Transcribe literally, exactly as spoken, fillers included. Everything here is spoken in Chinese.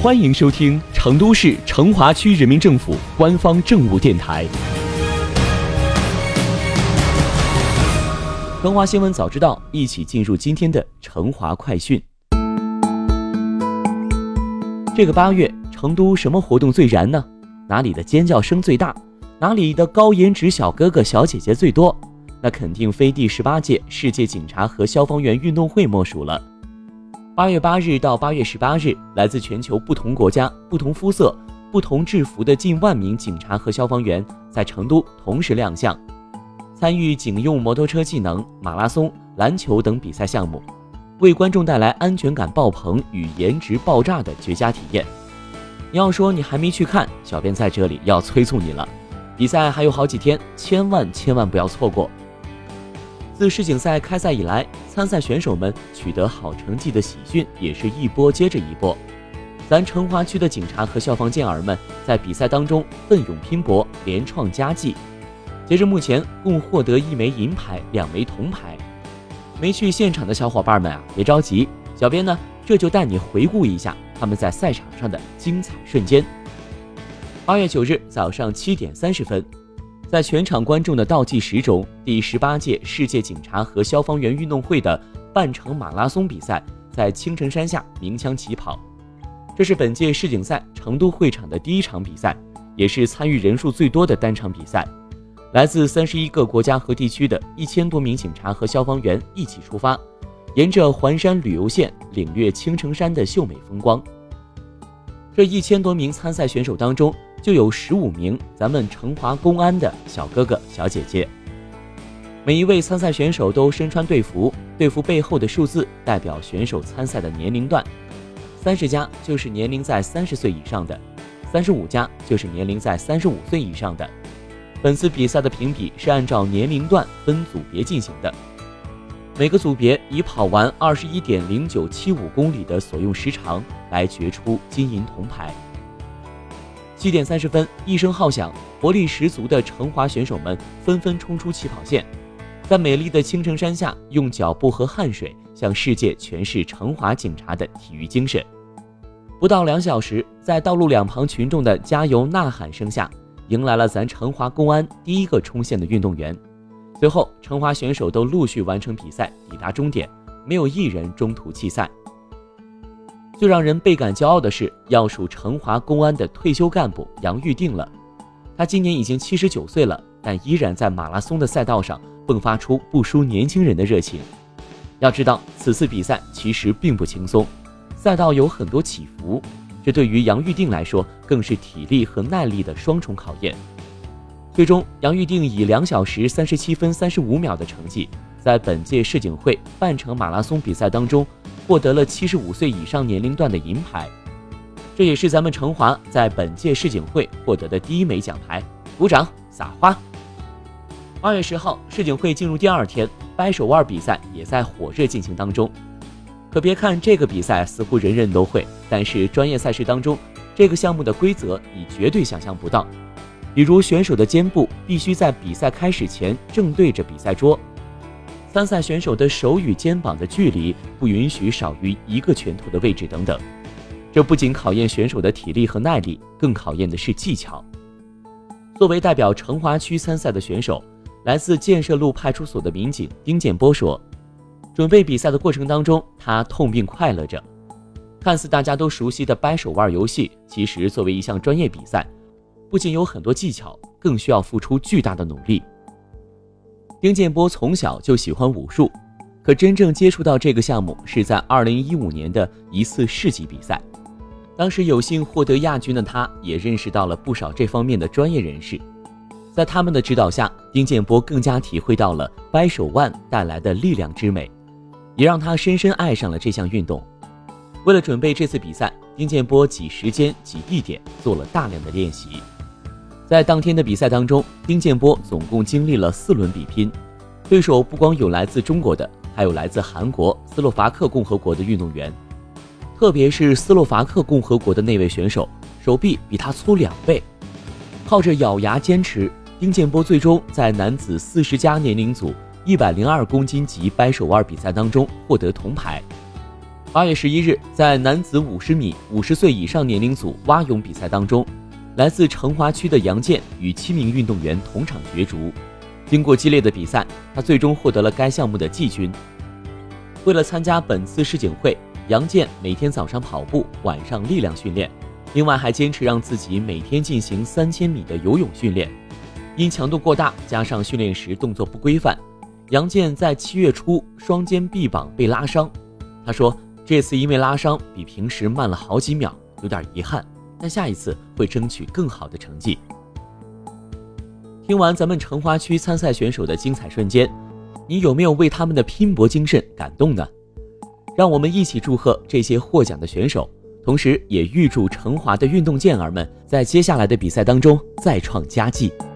欢迎收听成都市成华区人民政府官方政务电台。成华新闻早知道，一起进入今天的成华快讯。这个八月，成都什么活动最燃呢？哪里的尖叫声最大？哪里的高颜值小哥哥小姐姐最多？那肯定非第十八届世界警察和消防员运动会莫属了。八月八日到八月十八日，来自全球不同国家、不同肤色、不同制服的近万名警察和消防员在成都同时亮相，参与警用摩托车技能、马拉松、篮球等比赛项目，为观众带来安全感爆棚与颜值爆炸的绝佳体验。你要说你还没去看，小编在这里要催促你了，比赛还有好几天，千万千万不要错过。自世锦赛开赛以来，参赛选手们取得好成绩的喜讯也是一波接着一波。咱成华区的警察和消防健儿们在比赛当中奋勇拼搏，连创佳绩。截至目前，共获得一枚银牌、两枚铜牌。没去现场的小伙伴们啊，别着急，小编呢这就带你回顾一下他们在赛场上的精彩瞬间。八月九日早上七点三十分。在全场观众的倒计时中，第十八届世界警察和消防员运动会的半程马拉松比赛在青城山下鸣枪起跑。这是本届世锦赛成都会场的第一场比赛，也是参与人数最多的单场比赛。来自三十一个国家和地区的一千多名警察和消防员一起出发，沿着环山旅游线领略青城山的秀美风光。这一千多名参赛选手当中，就有十五名咱们成华公安的小哥哥小姐姐。每一位参赛选手都身穿队服，队服背后的数字代表选手参赛的年龄段，三十加就是年龄在三十岁以上的，三十五加就是年龄在三十五岁以上的。本次比赛的评比是按照年龄段分组别进行的，每个组别以跑完 二十一点零九七五公里的所用时长来决出金银铜牌。七点三十分，一声号响，活力十足的成华选手们纷纷冲出起跑线，在美丽的青城山下，用脚步和汗水向世界诠释成华警察的体育精神。不到两小时，在道路两旁群众的加油呐喊声下，迎来了咱成华公安第一个冲线的运动员。随后，成华选手都陆续完成比赛，抵达终点，没有一人中途弃赛。最让人倍感骄傲的是，要数成华公安的退休干部杨玉定了。他今年已经七十九岁了，但依然在马拉松的赛道上迸发出不输年轻人的热情。要知道，此次比赛其实并不轻松，赛道有很多起伏，这对于杨玉定来说更是体力和耐力的双重考验。最终，杨玉定以两小时三十七分三十五秒的成绩，在本届世锦会半程马拉松比赛当中获得了七十五岁以上年龄段的银牌，这也是咱们成华在本届世锦会获得的第一枚奖牌。鼓掌撒花。八月十号，世锦会进入第二天，掰手腕比赛也在火热进行当中。可别看这个比赛似乎人人都会，但是专业赛事当中，这个项目的规则你绝对想象不到。比如选手的肩部必须在比赛开始前正对着比赛桌，参赛选手的手与肩膀的距离不允许少于一个拳头的位置等等。这不仅考验选手的体力和耐力，更考验的是技巧。作为代表成华区参赛的选手，来自建设路派出所的民警丁建波说，准备比赛的过程当中，他痛并快乐着。看似大家都熟悉的掰手腕游戏，其实作为一项专业比赛，不仅有很多技巧，更需要付出巨大的努力。丁建波从小就喜欢武术，可真正接触到这个项目是在二零一五年的一次市级比赛。当时有幸获得亚军的他，也认识到了不少这方面的专业人士。在他们的指导下，丁建波更加体会到了掰手腕带来的力量之美，也让他深深爱上了这项运动。为了准备这次比赛，丁建波挤时间挤地点做了大量的练习。在当天的比赛当中，丁建波总共经历了四轮比拼，对手不光有来自中国的，还有来自韩国、斯洛伐克共和国的运动员。特别是斯洛伐克共和国的那位选手，手臂比他粗两倍。靠着咬牙坚持，丁建波最终在男子四十加年龄组一百零二公斤级掰手腕比赛当中获得铜牌。 八月十一日，在男子五十米五十岁以上年龄组蛙泳比赛当中，来自成华区的杨健与七名运动员同场角逐。经过激烈的比赛，他最终获得了该项目的季军。为了参加本次世锦会，杨健每天早上跑步，晚上力量训练，另外还坚持让自己每天进行三千米的游泳训练。因强度过大，加上训练时动作不规范，杨健在七月初双肩臂膀被拉伤。他说，这次因为拉伤比平时慢了好几秒，有点遗憾，但下一次会争取更好的成绩。听完咱们成华区参赛选手的精彩瞬间，你有没有为他们的拼搏精神感动呢？让我们一起祝贺这些获奖的选手，同时也预祝成华的运动健儿们在接下来的比赛当中再创佳绩。